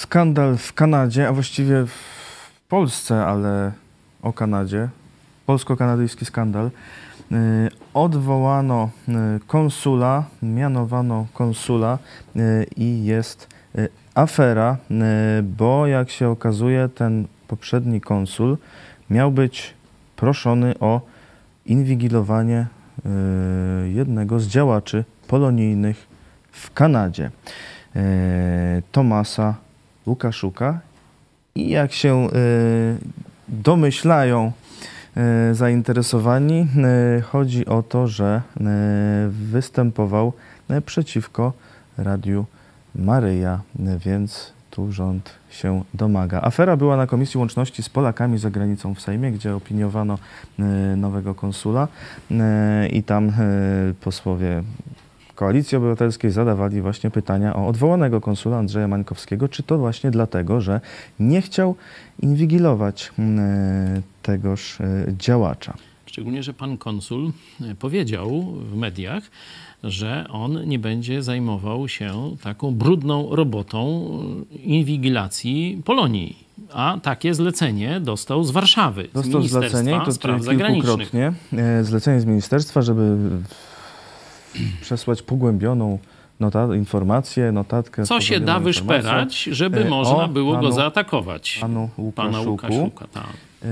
skandal w Kanadzie, a właściwie w Polsce, ale o Kanadzie. Polsko-kanadyjski skandal. Odwołano konsula, mianowano konsula i jest afera, bo jak się okazuje, ten poprzedni konsul miał być proszony o inwigilowanie jednego z działaczy polonijnych w Kanadzie, Tomasa Łukaszuka. I jak się domyślają zainteresowani, chodzi o to, że występował przeciwko Radiu Maryja, więc tu rząd się domaga. Afera była na Komisji Łączności z Polakami za granicą w Sejmie, gdzie opiniowano nowego konsula i tam posłowie Koalicji Obywatelskiej zadawali właśnie pytania o odwołanego konsula Andrzeja Mańkowskiego, czy to właśnie dlatego, że nie chciał inwigilować tegoż działacza. Szczególnie, że pan konsul powiedział w mediach, że on nie będzie zajmował się taką brudną robotą inwigilacji Polonii. A takie zlecenie dostał z Warszawy, z Ministerstwa Spraw Zagranicznych. Zlecenie z ministerstwa, żeby przesłać pogłębioną informację, notatkę. Co się da wyszperać, żeby można było go zaatakować? Pana Łukaszuka. Tak.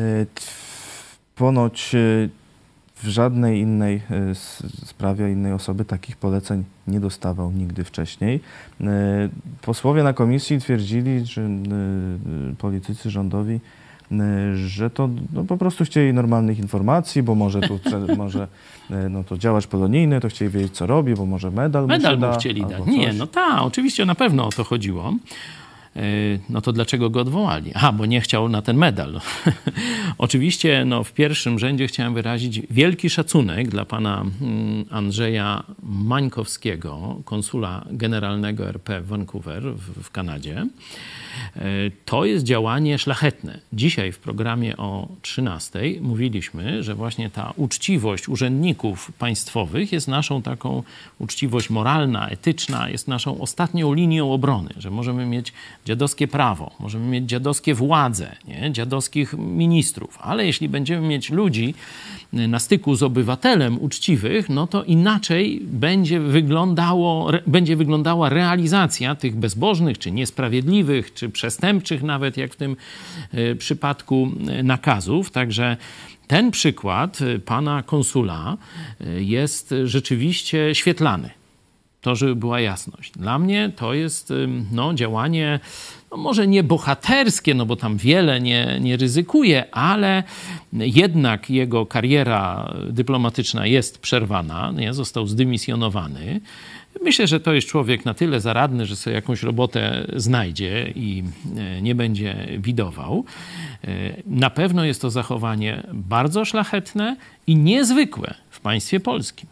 Ponoć w żadnej innej sprawie innej osoby takich poleceń nie dostawał nigdy wcześniej. Posłowie na komisji twierdzili, że politycy rządowi, że to po prostu chcieli normalnych informacji, bo może to działacz polonijny, to chcieli wiedzieć, co robi, bo może medal mu chcieli dać. Nie, oczywiście na pewno o to chodziło. No to dlaczego go odwołali? Bo nie chciał na ten medal. Oczywiście w pierwszym rzędzie chciałem wyrazić wielki szacunek dla pana Andrzeja Mańkowskiego, konsula generalnego RP w Vancouver w Kanadzie. To jest działanie szlachetne. Dzisiaj w programie o 13:00 mówiliśmy, że właśnie ta uczciwość urzędników państwowych jest naszą taką uczciwość moralna, etyczna, jest naszą ostatnią linią obrony, że możemy mieć dziadowskie prawo, możemy mieć dziadowskie władze, dziadowskich ministrów, ale jeśli będziemy mieć ludzi na styku z obywatelem uczciwych, no to inaczej będzie wyglądała realizacja tych bezbożnych, czy niesprawiedliwych, czy przestępczych nawet, jak w tym przypadku nakazów. Także ten przykład pana konsula jest rzeczywiście świetlany. To, żeby była jasność. Dla mnie to jest działanie może nie bohaterskie, bo tam wiele nie ryzykuje, ale jednak jego kariera dyplomatyczna jest przerwana, został zdymisjonowany. Myślę, że to jest człowiek na tyle zaradny, że sobie jakąś robotę znajdzie i nie będzie widował. Na pewno jest to zachowanie bardzo szlachetne i niezwykłe w państwie polskim.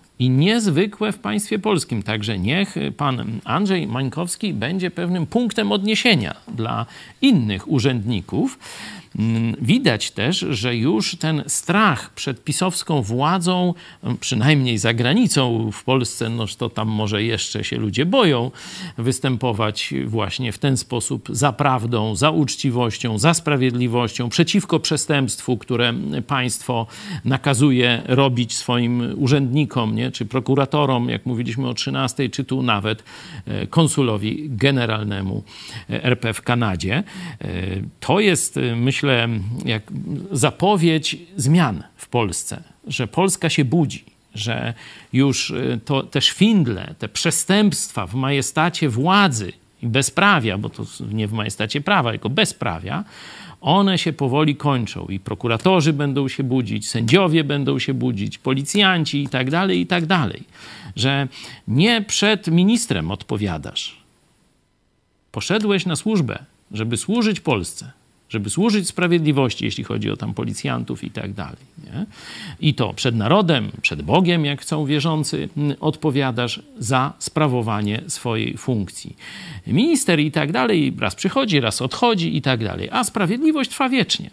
Także niech pan Andrzej Mańkowski będzie pewnym punktem odniesienia dla innych urzędników. Widać też, że już ten strach przed pisowską władzą, przynajmniej za granicą, w Polsce, to tam może jeszcze się ludzie boją występować właśnie w ten sposób za prawdą, za uczciwością, za sprawiedliwością, przeciwko przestępstwu, które państwo nakazuje robić swoim urzędnikom, czy prokuratorom, jak mówiliśmy o 13:00, czy tu nawet konsulowi generalnemu RP w Kanadzie. To jest, myślę, jak zapowiedź zmian w Polsce, że Polska się budzi, że już te szwindle, te przestępstwa w majestacie władzy i bezprawia, bo to nie w majestacie prawa, tylko bezprawia, one się powoli kończą i prokuratorzy będą się budzić, sędziowie będą się budzić, policjanci i tak dalej, że nie przed ministrem odpowiadasz. Poszedłeś na służbę, żeby służyć Polsce, żeby służyć sprawiedliwości, jeśli chodzi o tam policjantów i tak dalej. I to przed narodem, przed Bogiem, jak chcą wierzący, odpowiadasz za sprawowanie swojej funkcji. Minister i tak dalej raz przychodzi, raz odchodzi i tak dalej, a sprawiedliwość trwa wiecznie.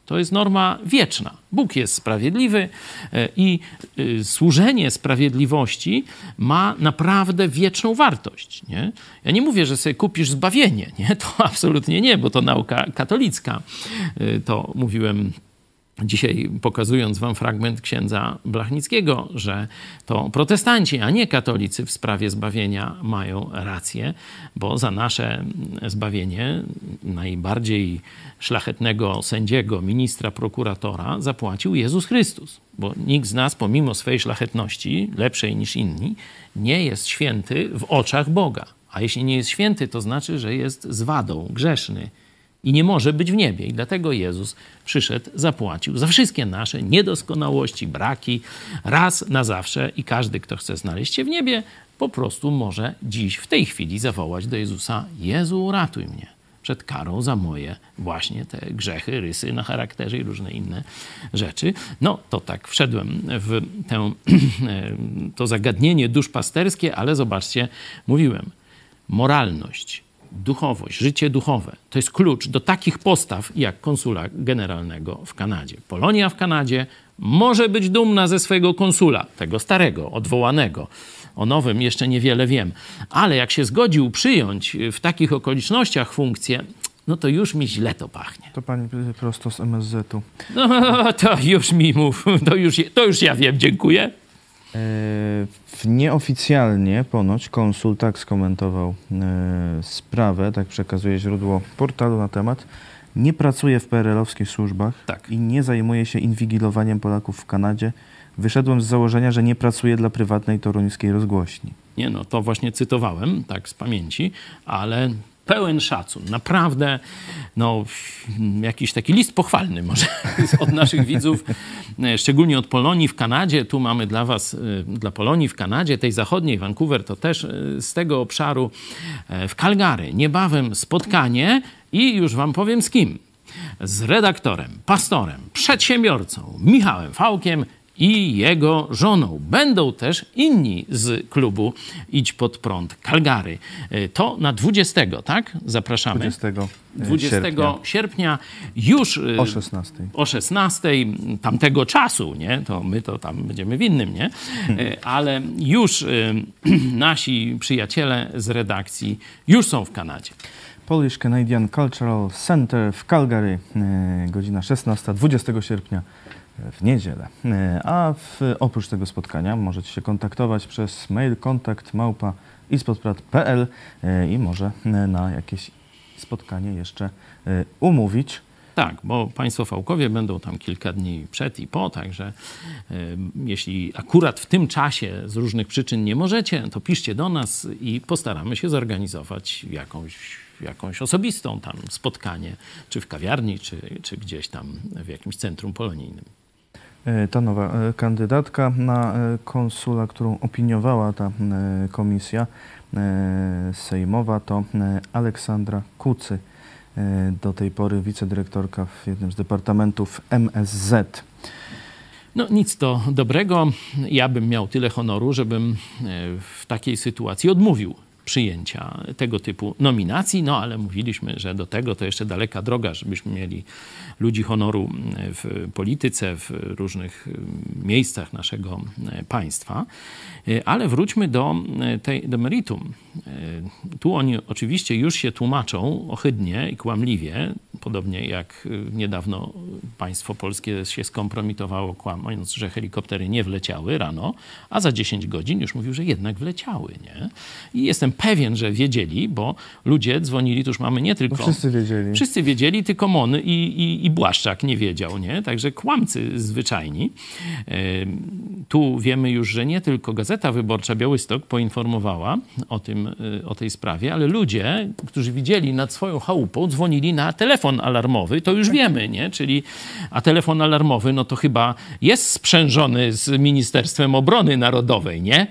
To jest norma wieczna. Bóg jest sprawiedliwy i służenie sprawiedliwości ma naprawdę wieczną wartość. Nie? Ja nie mówię, że sobie kupisz zbawienie. Nie? To absolutnie nie, bo to nauka katolicka. To mówiłem dzisiaj, pokazując wam fragment księdza Blachnickiego, że to protestanci, a nie katolicy w sprawie zbawienia mają rację, bo za nasze zbawienie najbardziej szlachetnego sędziego, ministra, prokuratora zapłacił Jezus Chrystus. Bo nikt z nas, pomimo swej szlachetności, lepszej niż inni, nie jest święty w oczach Boga. A jeśli nie jest święty, to znaczy, że jest zwadą, grzeszny, i nie może być w niebie. I dlatego Jezus przyszedł, zapłacił za wszystkie nasze niedoskonałości, braki, raz na zawsze. I każdy, kto chce znaleźć się w niebie, po prostu może dziś, w tej chwili zawołać do Jezusa: Jezu, uratuj mnie przed karą za moje właśnie te grzechy, rysy na charakterze i różne inne rzeczy. No, to tak wszedłem w to zagadnienie duszpasterskie, ale zobaczcie, mówiłem, moralność, duchowość, życie duchowe to jest klucz do takich postaw jak konsula generalnego w Kanadzie. Polonia w Kanadzie może być dumna ze swojego konsula, tego starego, odwołanego. O nowym jeszcze niewiele wiem. Ale jak się zgodził przyjąć w takich okolicznościach funkcję, no to już mi źle to pachnie. To pani prosto z MSZ-u. No to już mi mów, to już ja wiem, dziękuję. Nieoficjalnie ponoć konsul tak skomentował sprawę, tak przekazuje źródło portalu na temat. Nie pracuje w PRL-owskich służbach i nie zajmuje się inwigilowaniem Polaków w Kanadzie. Wyszedłem z założenia, że nie pracuje dla prywatnej toruńskiej rozgłośni. Nie no, to właśnie cytowałem, tak z pamięci, ale pełen szacun. Naprawdę, no, jakiś taki list pochwalny może od naszych widzów, szczególnie od Polonii w Kanadzie. Tu mamy dla was, dla Polonii w Kanadzie, tej zachodniej, Vancouver, to też z tego obszaru, w Calgary. Niebawem spotkanie i już wam powiem z kim. Z redaktorem, pastorem, przedsiębiorcą Michałem Fałkiem i jego żoną. Będą też inni z klubu Idź Pod Prąd Calgary. To na 20, tak? Zapraszamy. 20 sierpnia już o 16 tamtego czasu, nie? To my to tam będziemy w innym, nie? Ale już nasi przyjaciele z redakcji już są w Kanadzie. Polish Canadian Cultural Center w Calgary, godzina 16, 20 sierpnia w niedzielę. A oprócz tego spotkania możecie się kontaktować przez mail kontakt@ispodprat.pl i może na jakieś spotkanie jeszcze umówić. Tak, bo państwo Fałkowie będą tam kilka dni przed i po, także jeśli akurat w tym czasie z różnych przyczyn nie możecie, to piszcie do nas i postaramy się zorganizować jakąś osobistą tam spotkanie, czy w kawiarni, czy gdzieś tam w jakimś centrum polonijnym. Ta nowa kandydatka na konsula, którą opiniowała ta komisja sejmowa, to Aleksandra Kucy, do tej pory wicedyrektorka w jednym z departamentów MSZ. No nic to dobrego. Ja bym miał tyle honoru, żebym w takiej sytuacji odmówił przyjęcia tego typu nominacji, no ale mówiliśmy, że do tego to jeszcze daleka droga, żebyśmy mieli ludzi honoru w polityce, w różnych miejscach naszego państwa. Ale wróćmy do meritum. Tu oni oczywiście już się tłumaczą ohydnie i kłamliwie, podobnie jak niedawno państwo polskie się skompromitowało, kłamując, że helikoptery nie wleciały rano, a za 10 godzin już mówił, że jednak wleciały, nie? I jestem pewien, że wiedzieli, bo ludzie dzwonili, tu już mamy nie tylko... Bo wszyscy wiedzieli. Wszyscy wiedzieli, tylko Mon i Błaszczak nie wiedział, nie? Także kłamcy zwyczajni. Tu wiemy już, że nie tylko Gazeta Wyborcza Białystok poinformowała o tej sprawie, ale ludzie, którzy widzieli nad swoją chałupą, dzwonili na telefon alarmowy, to już wiemy, nie? A telefon alarmowy, no to chyba jest sprzężony z Ministerstwem Obrony Narodowej, nie?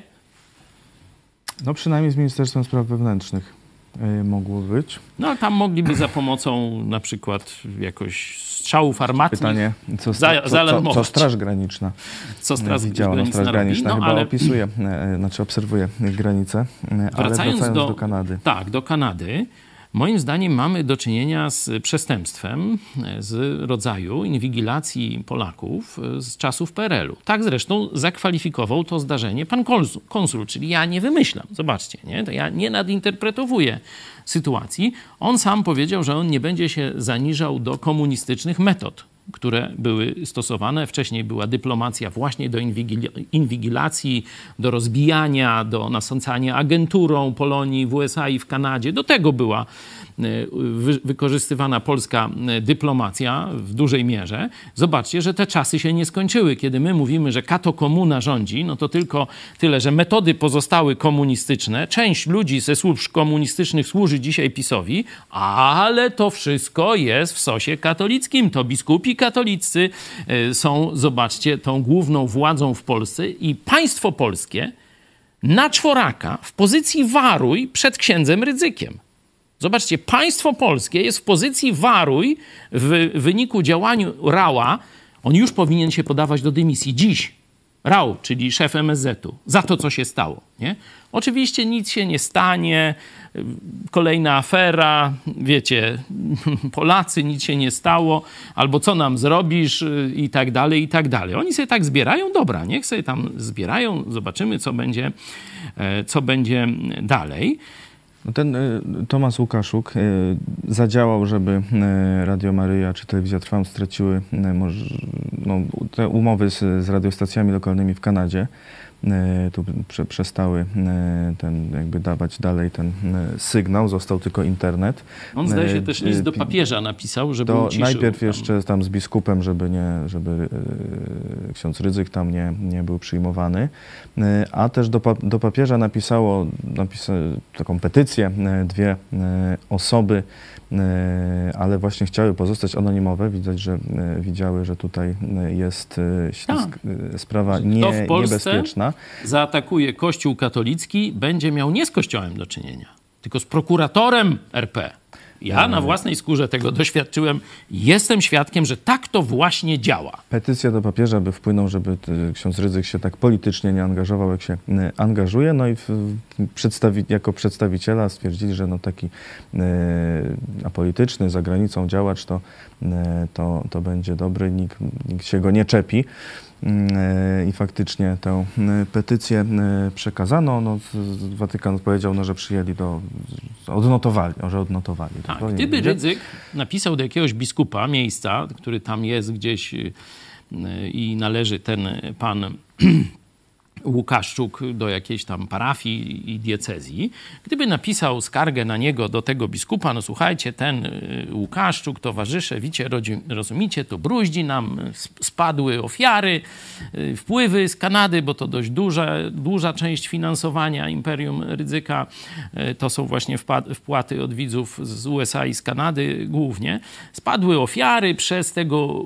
No przynajmniej z Ministerstwem Spraw Wewnętrznych mogło być. No tam mogliby za pomocą na przykład jakoś strzałów armatnych pytanie, co Straż Graniczna widziała. No, Straż Graniczna chyba opisuje, znaczy obserwuje granicę. Ale wracając do Kanady. Tak, do Kanady. Moim zdaniem mamy do czynienia z przestępstwem z rodzaju inwigilacji Polaków z czasów PRL-u. Tak zresztą zakwalifikował to zdarzenie pan konsul, czyli ja nie wymyślam. Zobaczcie, nie? To ja nie nadinterpretowuję sytuacji. On sam powiedział, że on nie będzie się zaniżał do komunistycznych metod, które były stosowane. Wcześniej była dyplomacja właśnie do inwigilacji, do rozbijania, do nasącania agenturą Polonii w USA i w Kanadzie. Do tego była wykorzystywana polska dyplomacja w dużej mierze. Zobaczcie, że te czasy się nie skończyły. Kiedy my mówimy, że kato komuna rządzi, no to tylko tyle, że metody pozostały komunistyczne. Część ludzi ze służb komunistycznych służy dzisiaj PiS-owi, ale to wszystko jest w sosie katolickim. To biskupi katolicy są, zobaczcie, tą główną władzą w Polsce i państwo polskie na czworaka w pozycji waruj przed księdzem Rydzykiem. Zobaczcie, państwo polskie jest w pozycji waruj w wyniku działania Rała. On już powinien się podawać do dymisji dziś. Rał, czyli szef MSZ-u, za to, co się stało. Nie? Oczywiście nic się nie stanie. Kolejna afera, wiecie, Polacy, nic się nie stało, albo co nam zrobisz i tak dalej, i tak dalej. Oni sobie tak zbierają, dobra, niech sobie tam zbierają, zobaczymy, co będzie dalej. Ten Tomasz Łukaszuk zadziałał, żeby Radio Maryja czy Telewizja Trwam straciły te umowy z radiostacjami lokalnymi w Kanadzie. Tu przestały jakby dawać dalej ten sygnał, został tylko internet. On zdaje się też list do papieża napisał, żeby uciszył. Najpierw jeszcze tam z biskupem, żeby ksiądz Rydzyk tam nie był przyjmowany, a też do papieża napisał taką petycję dwie osoby, ale właśnie chciały pozostać anonimowe. Widziały, że tutaj jest sprawa niebezpieczna. Zaatakuje Kościół katolicki, będzie miał nie z Kościołem do czynienia, tylko z prokuratorem RP. Ja na własnej skórze tego doświadczyłem. Jestem świadkiem, że tak to właśnie działa. Petycja do papieża by wpłynął, żeby ksiądz Rydzyk się tak politycznie nie angażował, jak się angażuje. No i jako przedstawiciela stwierdzili, że taki apolityczny, za granicą działacz, to będzie dobry, nikt się go nie czepi. I faktycznie tę petycję przekazano. Watykan powiedział, że przyjęli odnotowali. Tak, gdyby Rydzyk napisał do jakiegoś biskupa miejsca, który tam jest gdzieś i należy ten pan Łukaszczuk do jakiejś tam parafii i diecezji, gdyby napisał skargę na niego do tego biskupa, no słuchajcie, ten Łukaszczuk, towarzysze, wiecie, rozumiecie, to bruździ nam, spadły ofiary, wpływy z Kanady, bo to dość duża część finansowania Imperium Rydzyka, to są właśnie wpłaty od widzów z USA i z Kanady głównie. Spadły ofiary przez tego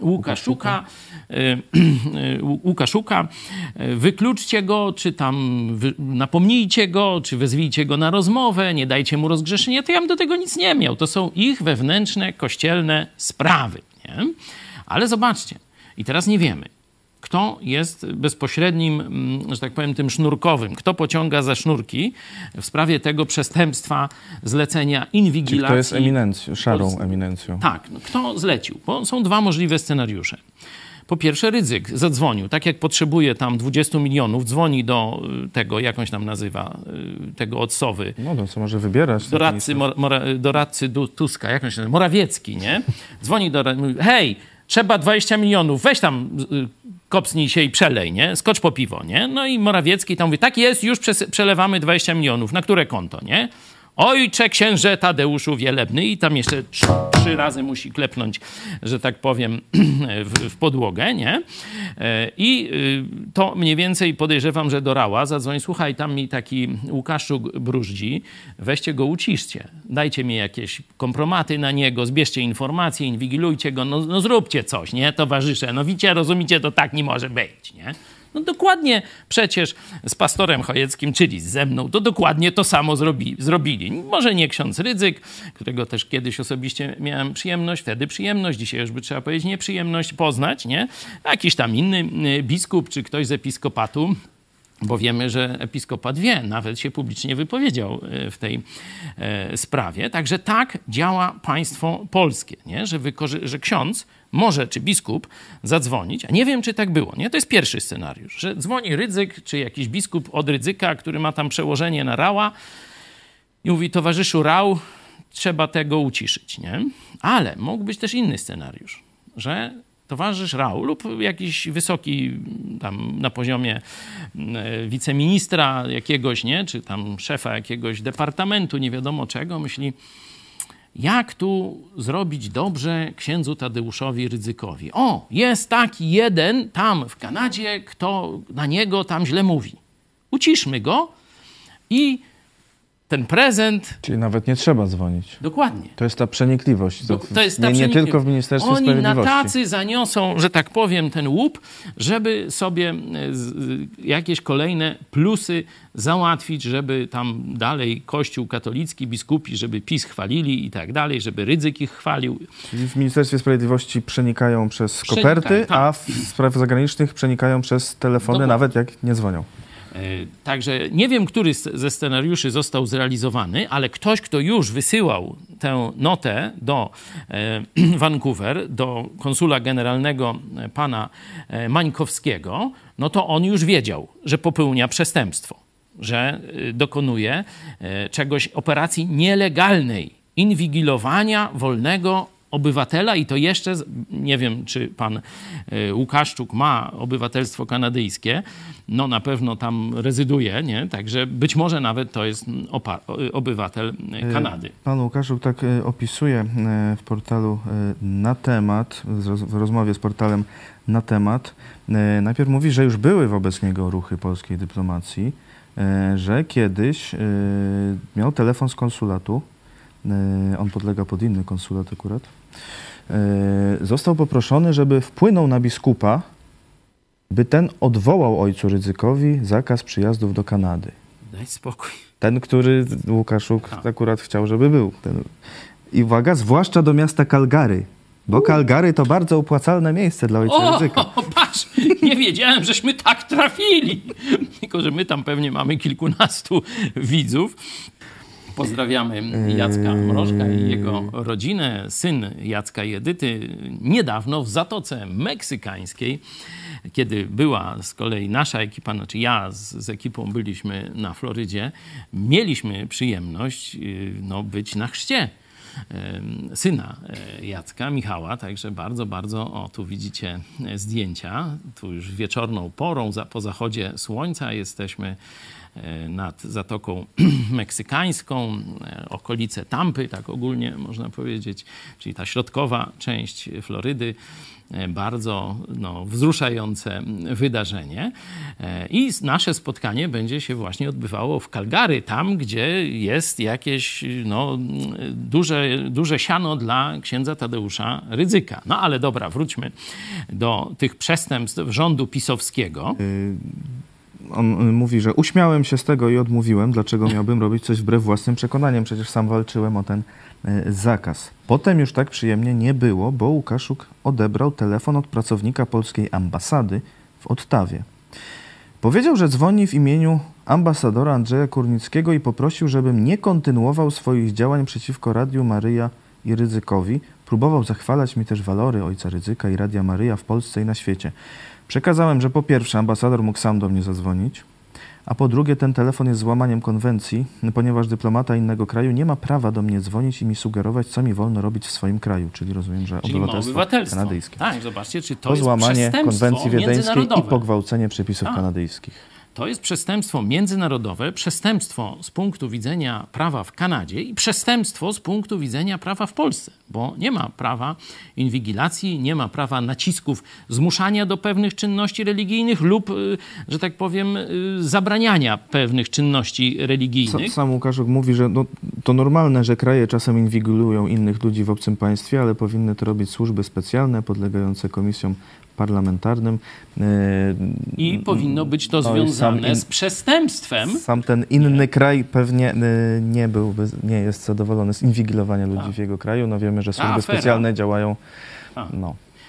Łukaszuka, wykluczcie go, czy tam napomnijcie go, czy wezwijcie go na rozmowę, nie dajcie mu rozgrzeszenia, to ja bym do tego nic nie miał. To są ich wewnętrzne, kościelne sprawy. Nie? Ale zobaczcie, i teraz nie wiemy, kto jest bezpośrednim, że tak powiem, tym sznurkowym, kto pociąga za sznurki w sprawie tego przestępstwa zlecenia inwigilacji. Czyli kto jest eminencją, szarą eminencją. Tak, no, kto zlecił? Bo są dwa możliwe scenariusze. Po pierwsze, Rydzyk zadzwonił, tak jak potrzebuje tam 20 milionów, dzwoni do tego, jak on się tam nazywa, tego od Sowy. No to co może wybierać. Doradcy Tuska, jak on się nazywa? Morawiecki, nie? Dzwoni mówi, hej, trzeba 20 milionów, weź tam, kopsnij się i przelej, nie? Skocz po piwo, nie? No i Morawiecki tam mówi, tak jest, już przelewamy 20 milionów, na które konto, nie? Ojcze księże Tadeuszu Wielebny i tam jeszcze 3 razy musi klepnąć, że tak powiem, w podłogę, nie? I to mniej więcej podejrzewam, że do Rała zadzwoni, słuchaj, tam mi taki Łukaszczuk bruździ, weźcie go, uciszcie, dajcie mi jakieś kompromaty na niego, zbierzcie informacje, inwigilujcie go, no zróbcie coś, nie, towarzysze, no widzicie, rozumiecie, to tak nie może być, nie? No dokładnie przecież z pastorem Chojeckim, czyli ze mną, to dokładnie to samo zrobili. Może nie ksiądz Rydzyk, którego też kiedyś osobiście miałem przyjemność, dzisiaj już by trzeba powiedzieć nieprzyjemność poznać, nie? Jakiś tam inny biskup czy ktoś z episkopatu. Bo wiemy, że episkopat wie, nawet się publicznie wypowiedział w tej sprawie. Także tak działa państwo polskie, nie? Że ksiądz może, czy biskup, zadzwonić, a nie wiem, czy tak było, nie? To jest pierwszy scenariusz, że dzwoni Rydzyk, czy jakiś biskup od Rydzyka, który ma tam przełożenie na Rała i mówi: towarzyszu Rał, trzeba tego uciszyć, nie? Ale mógł być też inny scenariusz, że towarzysz Rał lub jakiś wysoki tam na poziomie wiceministra jakiegoś, nie? Czy tam szefa jakiegoś departamentu, nie wiadomo czego, myśli: jak tu zrobić dobrze księdzu Tadeuszowi Rydzykowi? O, jest taki jeden tam w Kanadzie, kto na niego tam źle mówi. Uciszmy go i ten prezent... Czyli nawet nie trzeba dzwonić. Dokładnie. To jest ta przenikliwość. To jest ta nie tylko w Ministerstwie Sprawiedliwości. Oni na tacy zaniosą, że tak powiem, ten łup, żeby sobie jakieś kolejne plusy załatwić, żeby tam dalej Kościół katolicki, biskupi, żeby PiS chwalili i tak dalej, żeby Rydzyk ich chwalił. Czyli w Ministerstwie Sprawiedliwości przenikają przez koperty, tak. A w sprawach zagranicznych przenikają przez telefony, Dokładnie. nawet jak nie dzwonią. Także nie wiem, który ze scenariuszy został zrealizowany, ale ktoś, kto już wysyłał tę notę do Vancouver, do konsula generalnego pana Mańkowskiego, no to on już wiedział, że popełnia przestępstwo, że dokonuje czegoś, operacji nielegalnej, inwigilowania wolnego obywatela i to jeszcze, nie wiem, czy pan Łukaszczuk ma obywatelstwo kanadyjskie, no na pewno tam rezyduje, nie? Także być może nawet to jest obywatel Kanady. Pan Łukaszuk tak opisuje w portalu Na Temat, w rozmowie z portalem Na Temat. Najpierw mówi, że już były wobec niego ruchy polskiej dyplomacji, że kiedyś miał telefon z konsulatu. On podlega pod inny konsulat akurat. Został poproszony, żeby wpłynął na biskupa, by ten odwołał ojcu Rydzykowi zakaz przyjazdów do Kanady. Daj spokój. Ten, który Łukaszuk akurat chciał, żeby był. I uwaga, zwłaszcza do miasta Calgary, bo Calgary to bardzo opłacalne miejsce dla ojca Rydzyka. O, patrz, nie wiedziałem, żeśmy tak trafili. Tylko że my tam pewnie mamy kilkunastu widzów. Pozdrawiamy Jacka Mrożka i jego rodzinę. Syn Jacka i Edyty niedawno w Zatoce Meksykańskiej, kiedy była z kolei nasza ekipa, znaczy ja z ekipą byliśmy na Florydzie, mieliśmy przyjemność być na chrzcie syna Jacka, Michała, także bardzo, bardzo, o tu widzicie zdjęcia, tu już wieczorną porą, po zachodzie słońca jesteśmy nad Zatoką Meksykańską, okolice Tampy, tak ogólnie można powiedzieć, czyli ta środkowa część Florydy. Bardzo wzruszające wydarzenie. I nasze spotkanie będzie się właśnie odbywało w Calgary, tam gdzie jest jakieś duże siano dla księdza Tadeusza Rydzyka. No ale dobra, wróćmy do tych przestępstw rządu pisowskiego. On mówi, że uśmiałem się z tego i odmówiłem, dlaczego miałbym robić coś wbrew własnym przekonaniom, przecież sam walczyłem o ten zakaz. Potem już tak przyjemnie nie było, bo Łukaszuk odebrał telefon od pracownika polskiej ambasady w Ottawie. Powiedział, że dzwoni w imieniu ambasadora Andrzeja Kurnickiego i poprosił, żebym nie kontynuował swoich działań przeciwko Radiu Maryja i Rydzykowi. Próbował zachwalać mi też walory ojca Rydzyka i Radia Maryja w Polsce i na świecie. Przekazałem, że po pierwsze ambasador mógł sam do mnie zadzwonić, a po drugie ten telefon jest złamaniem konwencji, ponieważ dyplomata innego kraju nie ma prawa do mnie dzwonić i mi sugerować, co mi wolno robić w swoim kraju, czyli rozumiem, że obywatelstwo kanadyjskie. Tak, zobaczcie, czy to po jest złamanie konwencji wiedeńskiej i międzynarodowe. pogwałcenie przepisów kanadyjskich. To jest przestępstwo międzynarodowe, przestępstwo z punktu widzenia prawa w Kanadzie i przestępstwo z punktu widzenia prawa w Polsce, bo nie ma prawa inwigilacji, nie ma prawa nacisków, zmuszania do pewnych czynności religijnych lub, że tak powiem, zabraniania pewnych czynności religijnych. Sam Łukaszuk mówi, że to normalne, że kraje czasem inwigilują innych ludzi w obcym państwie, ale powinny to robić służby specjalne podlegające komisjom parlamentarnym. I powinno być to związane z przestępstwem. Sam ten inny kraj pewnie nie jest zadowolony z inwigilowania ludzi w jego kraju. No wiemy, że służby specjalne działają.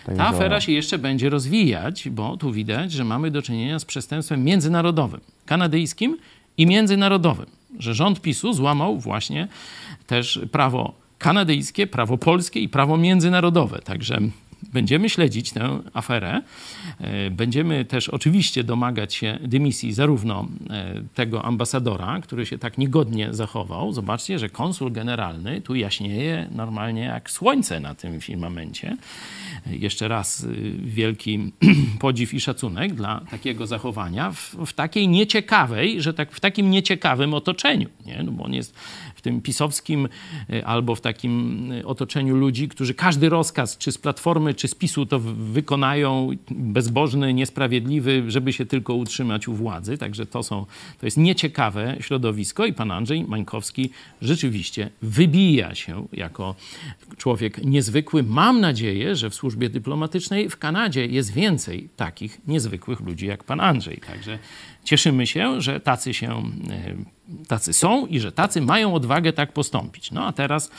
Tak Ta afera się jeszcze będzie rozwijać, bo tu widać, że mamy do czynienia z przestępstwem międzynarodowym, kanadyjskim i międzynarodowym, że rząd PiS-u złamał właśnie też prawo kanadyjskie, prawo polskie i prawo międzynarodowe. Także będziemy śledzić tę aferę. Będziemy też oczywiście domagać się dymisji zarówno tego ambasadora, który się tak niegodnie zachował. Zobaczcie, że konsul generalny tu jaśnieje normalnie jak słońce na tym firmamencie. Jeszcze raz wielki podziw i szacunek dla takiego zachowania w takiej nieciekawej, że tak w takim nieciekawym otoczeniu, nie? No bo on jest w tym pisowskim albo w takim otoczeniu ludzi, którzy każdy rozkaz, czy z Platformy, czy z PiS-u to wykonają, bezbożny, niesprawiedliwy, żeby się tylko utrzymać u władzy. Także to jest nieciekawe środowisko i pan Andrzej Mańkowski rzeczywiście wybija się jako człowiek niezwykły. Mam nadzieję, że w służbie dyplomatycznej w Kanadzie jest więcej takich niezwykłych ludzi jak pan Andrzej. Także cieszymy się, że tacy są i że tacy mają odwagę tak postąpić. No a teraz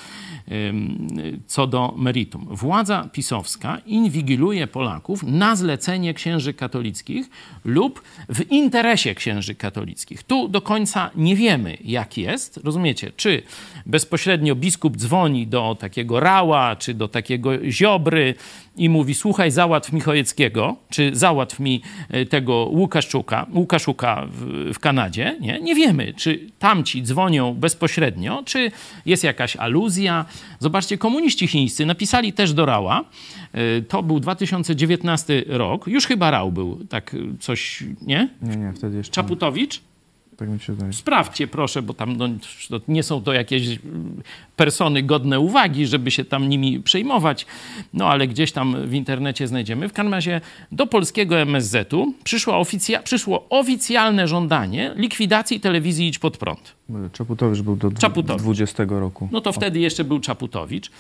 co do meritum. Władza pisowska inwigiluje Polaków na zlecenie księży katolickich lub w interesie księży katolickich. Tu do końca nie wiemy, jak jest. Rozumiecie? Czy bezpośrednio biskup dzwoni do takiego Rała, czy do takiego Ziobry i mówi: słuchaj, załatw mi Chojeckiego, czy załatw mi tego Łukaszuka w Kanadzie. Nie wiemy, czy tamci dzwonią bezpośrednio, czy jest jakaś aluzja. Zobaczcie, komuniści chińscy napisali też do Rała. To był 2019 rok. Już chyba Rał był, tak coś, nie? Nie, wtedy jeszcze Czaputowicz? Tak mi się zdaje. Sprawdźcie proszę, bo tam nie są to jakieś persony godne uwagi, żeby się tam nimi przejmować, no ale gdzieś tam w internecie znajdziemy. W każdym razie do polskiego MSZ-u przyszło oficjalne żądanie likwidacji telewizji Idź Pod Prąd. Czaputowicz był do 20 roku. No to wtedy jeszcze był Czaputowicz.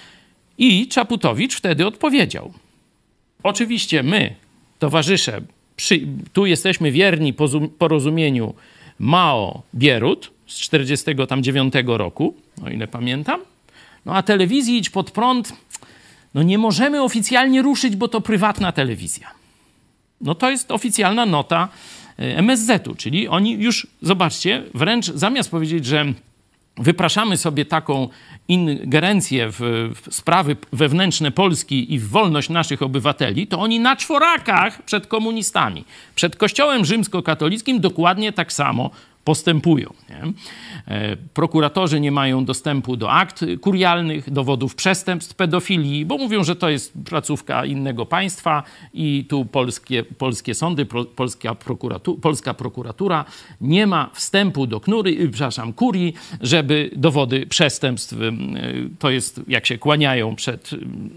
I Czaputowicz wtedy odpowiedział: oczywiście my, towarzysze, tu jesteśmy wierni porozumieniu Mao-Bierut z 1949 roku, o ile pamiętam. No a telewizji Idź Pod Prąd, no nie możemy oficjalnie ruszyć, bo to prywatna telewizja. No to jest oficjalna nota MSZ-u, czyli oni już, zobaczcie, wręcz zamiast powiedzieć, że wypraszamy sobie taką ingerencję w sprawy wewnętrzne Polski i w wolność naszych obywateli, to oni na czworakach przed komunistami, przed Kościołem rzymskokatolickim dokładnie tak samo postępują. Nie? Prokuratorzy nie mają dostępu do akt kurialnych, dowodów przestępstw, pedofilii, bo mówią, że to jest placówka innego państwa i tu polskie sądy, polska prokuratura nie ma wstępu do kurii, żeby dowody przestępstw, to jest jak się kłaniają przed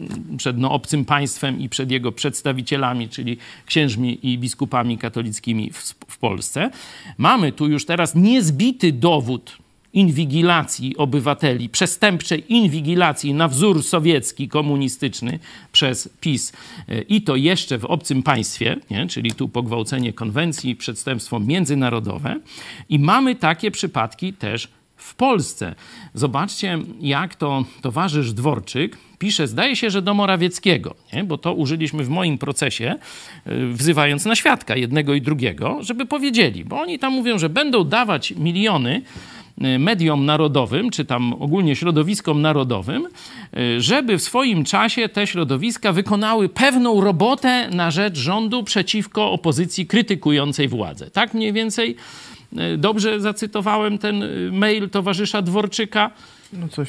obcym państwem i przed jego przedstawicielami, czyli księżmi i biskupami katolickimi w Polsce. Mamy tu już teraz niezbity dowód inwigilacji obywateli, przestępczej inwigilacji na wzór sowiecki, komunistyczny przez PiS i to jeszcze w obcym państwie, nie? Czyli tu pogwałcenie konwencji, przestępstwo międzynarodowe i mamy takie przypadki też w Polsce. Zobaczcie, jak to towarzysz Dworczyk pisze, zdaje się, że do Morawieckiego, nie? Bo to użyliśmy w moim procesie, wzywając na świadka jednego i drugiego, żeby powiedzieli, bo oni tam mówią, że będą dawać miliony mediom narodowym, czy tam ogólnie środowiskom narodowym, żeby w swoim czasie te środowiska wykonały pewną robotę na rzecz rządu przeciwko opozycji krytykującej władzę. Tak mniej więcej dobrze zacytowałem ten mail towarzysza Dworczyka? No coś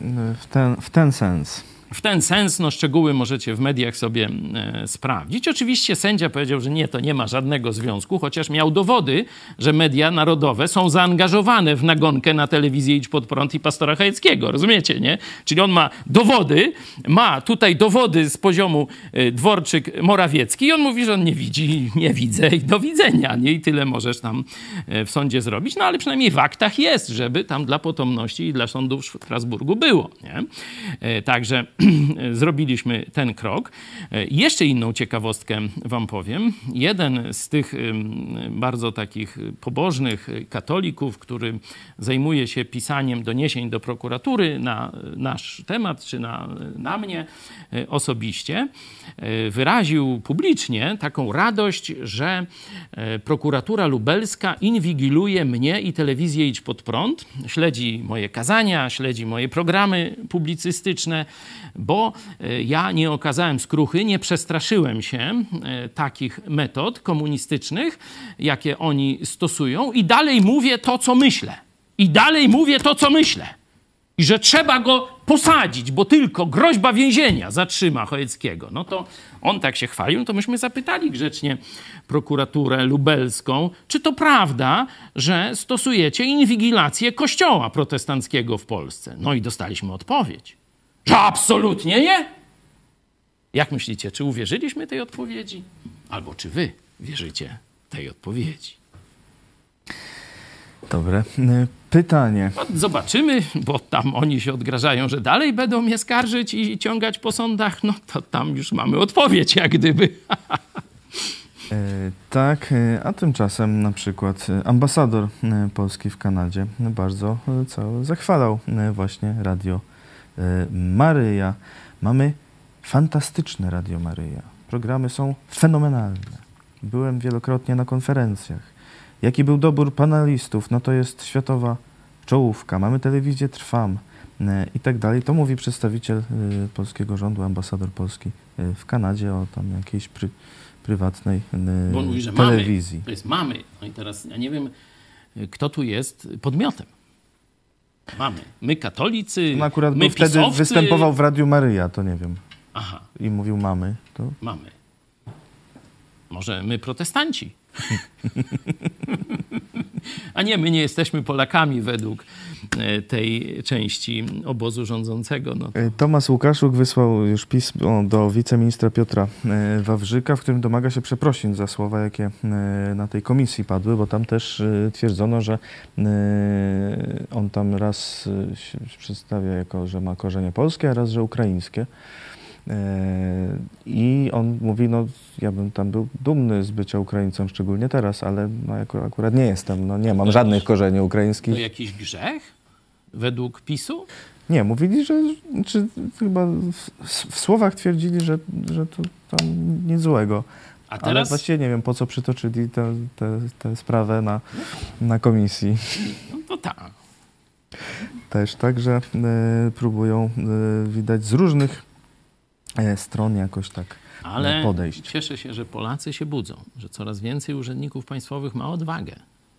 w ten sens. W ten sens, no szczegóły możecie w mediach sobie sprawdzić. Oczywiście sędzia powiedział, że nie, to nie ma żadnego związku, chociaż miał dowody, że media narodowe są zaangażowane w nagonkę na telewizję Idź Pod Prąd i pastora Chojeckiego, rozumiecie, nie? Czyli on ma dowody, ma tutaj dowody z poziomu Dworczyk-Morawiecki i on mówi, że on nie widzi, nie widzę i do widzenia, nie? I tyle możesz tam w sądzie zrobić, no ale przynajmniej w aktach jest, żeby tam dla potomności i dla sądu w Strasburgu było, nie? Także zrobiliśmy ten krok. Jeszcze inną ciekawostkę wam powiem. Jeden z tych bardzo takich pobożnych katolików, który zajmuje się pisaniem doniesień do prokuratury na nasz temat, czy na mnie osobiście, wyraził publicznie taką radość, że prokuratura lubelska inwigiluje mnie i telewizję Idź Pod Prąd, śledzi moje kazania, śledzi moje programy publicystyczne, bo ja nie okazałem skruchy, nie przestraszyłem się takich metod komunistycznych, jakie oni stosują i dalej mówię to, co myślę. I dalej mówię to, co myślę. I że trzeba go posadzić, bo tylko groźba więzienia zatrzyma Chojeckiego. No to on tak się chwalił, to myśmy zapytali grzecznie prokuraturę lubelską, czy to prawda, że stosujecie inwigilację kościoła protestanckiego w Polsce. No i dostaliśmy odpowiedź, że absolutnie nie. Jak myślicie, czy uwierzyliśmy tej odpowiedzi? Albo czy wy wierzycie tej odpowiedzi? Dobre pytanie. No, zobaczymy, bo tam oni się odgrażają, że dalej będą mnie skarżyć i ciągać po sądach. No to tam już mamy odpowiedź, jak gdyby. Tak, a tymczasem na przykład ambasador Polski w Kanadzie bardzo zachwalał właśnie Radio Maryja. Mamy fantastyczne Radio Maryja. Programy są fenomenalne. Byłem wielokrotnie na konferencjach. Jaki był dobór panelistów? No to jest światowa czołówka. Mamy telewizję Trwam i tak dalej. To mówi przedstawiciel polskiego rządu, ambasador Polski w Kanadzie o tam jakiejś prywatnej Bo on mówi, że telewizji. To jest mamy. No i teraz ja nie wiem, kto tu jest podmiotem. Mamy. My katolicy, No akurat my wtedy pisowcy. występował w Radiu Maryja, to nie wiem. Aha. I mówił mamy. To... Mamy. Może my protestanci. A nie, my nie jesteśmy Polakami według tej części obozu rządzącego. No to... Tomasz Łukaszuk wysłał już pismo do wiceministra Piotra Wawrzyka, w którym domaga się przeprosin za słowa, jakie na tej komisji padły, bo tam też twierdzono, że on tam raz się przedstawia jako, że ma korzenie polskie, a raz, że ukraińskie. I on mówi, no ja bym tam był dumny z bycia Ukraińcem, szczególnie teraz, ale no, akurat nie jestem, no nie mam żadnych korzeni ukraińskich. To jakiś grzech według PiS-u? Nie, mówili, że czy chyba w słowach twierdzili, że to tam nic złego. A teraz... Ale właściwie nie wiem, po co przytoczyli tę sprawę na komisji. No to tak. Też także próbują, widać, z różnych stron jakoś tak podejść. Ale cieszę się, że Polacy się budzą, że coraz więcej urzędników państwowych ma odwagę.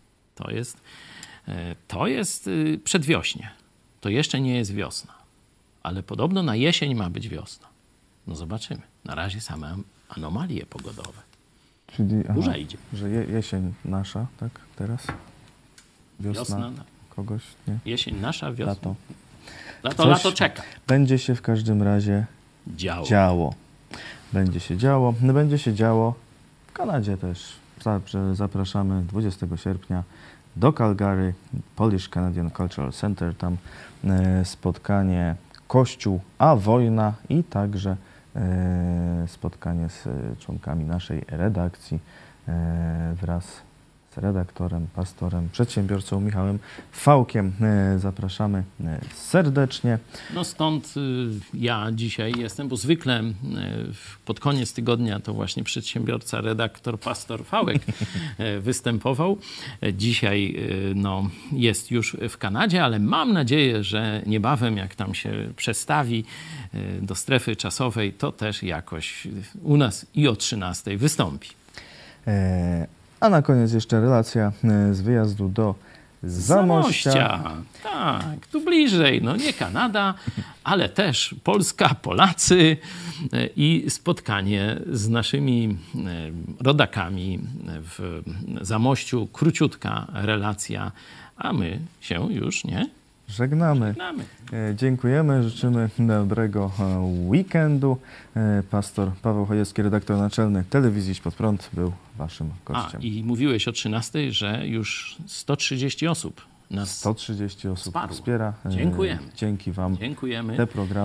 To jest przedwiośnie. To jeszcze nie jest wiosna. Ale podobno na jesień ma być wiosna. No zobaczymy. Na razie same anomalie pogodowe. Czyli burza idzie. Że jesień nasza, tak? Teraz? Wiosna kogoś, nie? Jesień nasza, wiosna. Lato czeka. Będzie się w każdym razie działo. Będzie się działo. Będzie się działo w Kanadzie też. Zapraszamy 20 sierpnia do Calgary, Polish Canadian Cultural Center. Tam spotkanie Kościół a wojna i także spotkanie z członkami naszej redakcji wraz z redaktorem, pastorem, przedsiębiorcą Michałem Fałkiem. Zapraszamy serdecznie. No stąd ja dzisiaj jestem, bo zwykle pod koniec tygodnia to właśnie przedsiębiorca, redaktor, pastor Fałek występował. Dzisiaj no, jest już w Kanadzie, ale mam nadzieję, że niebawem jak tam się przestawi do strefy czasowej, to też jakoś u nas i o 13 wystąpi. A na koniec jeszcze relacja z wyjazdu do Zamościa. Tak, tu bliżej. No nie Kanada, ale też Polska, Polacy i spotkanie z naszymi rodakami w Zamościu. Króciutka relacja, a my się już nie żegnamy. Dziękujemy, życzymy dobrego weekendu. Pastor Paweł Chojecki, redaktor naczelny Telewizji Idź Pod Prąd, był waszym gościem. I mówiłeś o 13, że już 130 osób nas 130 osób wsparło. wspiera. Dziękujemy. Dzięki wam. Dziękujemy. Te programy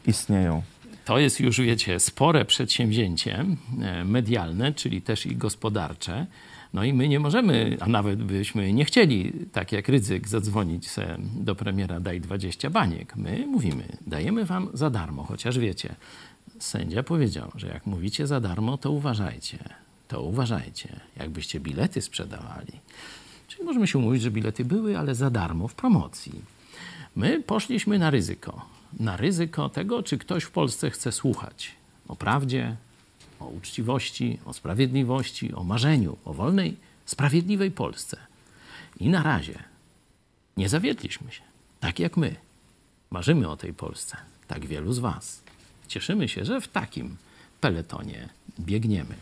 istnieją. To jest już, wiecie, spore przedsięwzięcie medialne, czyli też i gospodarcze. No i my nie możemy, a nawet byśmy nie chcieli, tak jak Rydzyk, zadzwonić do premiera daj 20 baniek. My mówimy, dajemy wam za darmo, chociaż wiecie, sędzia powiedział, że jak mówicie za darmo, to uważajcie, jakbyście bilety sprzedawali. Czyli możemy się umówić, że bilety były, ale za darmo w promocji. My poszliśmy na ryzyko tego, czy ktoś w Polsce chce słuchać o prawdzie, o uczciwości, o sprawiedliwości, o marzeniu, o wolnej, sprawiedliwej Polsce. I na razie nie zawiedliśmy się, tak jak my. Marzymy o tej Polsce, tak wielu z was. Cieszymy się, że w takim peletonie biegniemy.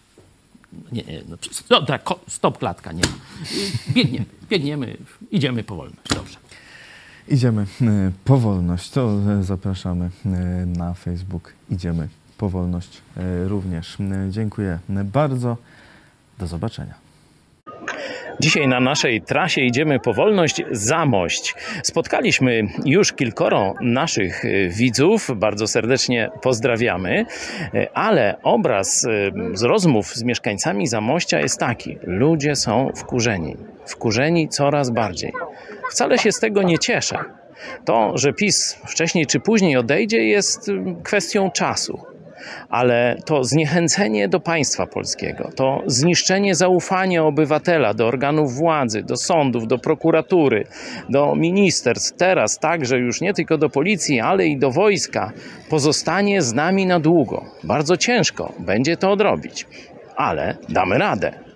Stop klatka, nie. Biegniemy, idziemy po wolność, dobrze. Idziemy po wolność, to zapraszamy na Facebook. Idziemy po wolność również. Dziękuję bardzo. Do zobaczenia. Dzisiaj na naszej trasie Idziemy po wolność Zamość. Spotkaliśmy już kilkoro naszych widzów, bardzo serdecznie pozdrawiamy, ale obraz z rozmów z mieszkańcami Zamościa jest taki. Ludzie są wkurzeni coraz bardziej. Wcale się z tego nie cieszę. To, że PiS wcześniej czy później odejdzie, jest kwestią czasu. Ale to zniechęcenie do państwa polskiego, to zniszczenie zaufania obywatela do organów władzy, do sądów, do prokuratury, do ministerstw, teraz także już nie tylko do policji, ale i do wojska, pozostanie z nami na długo. Bardzo ciężko będzie to odrobić, ale damy radę.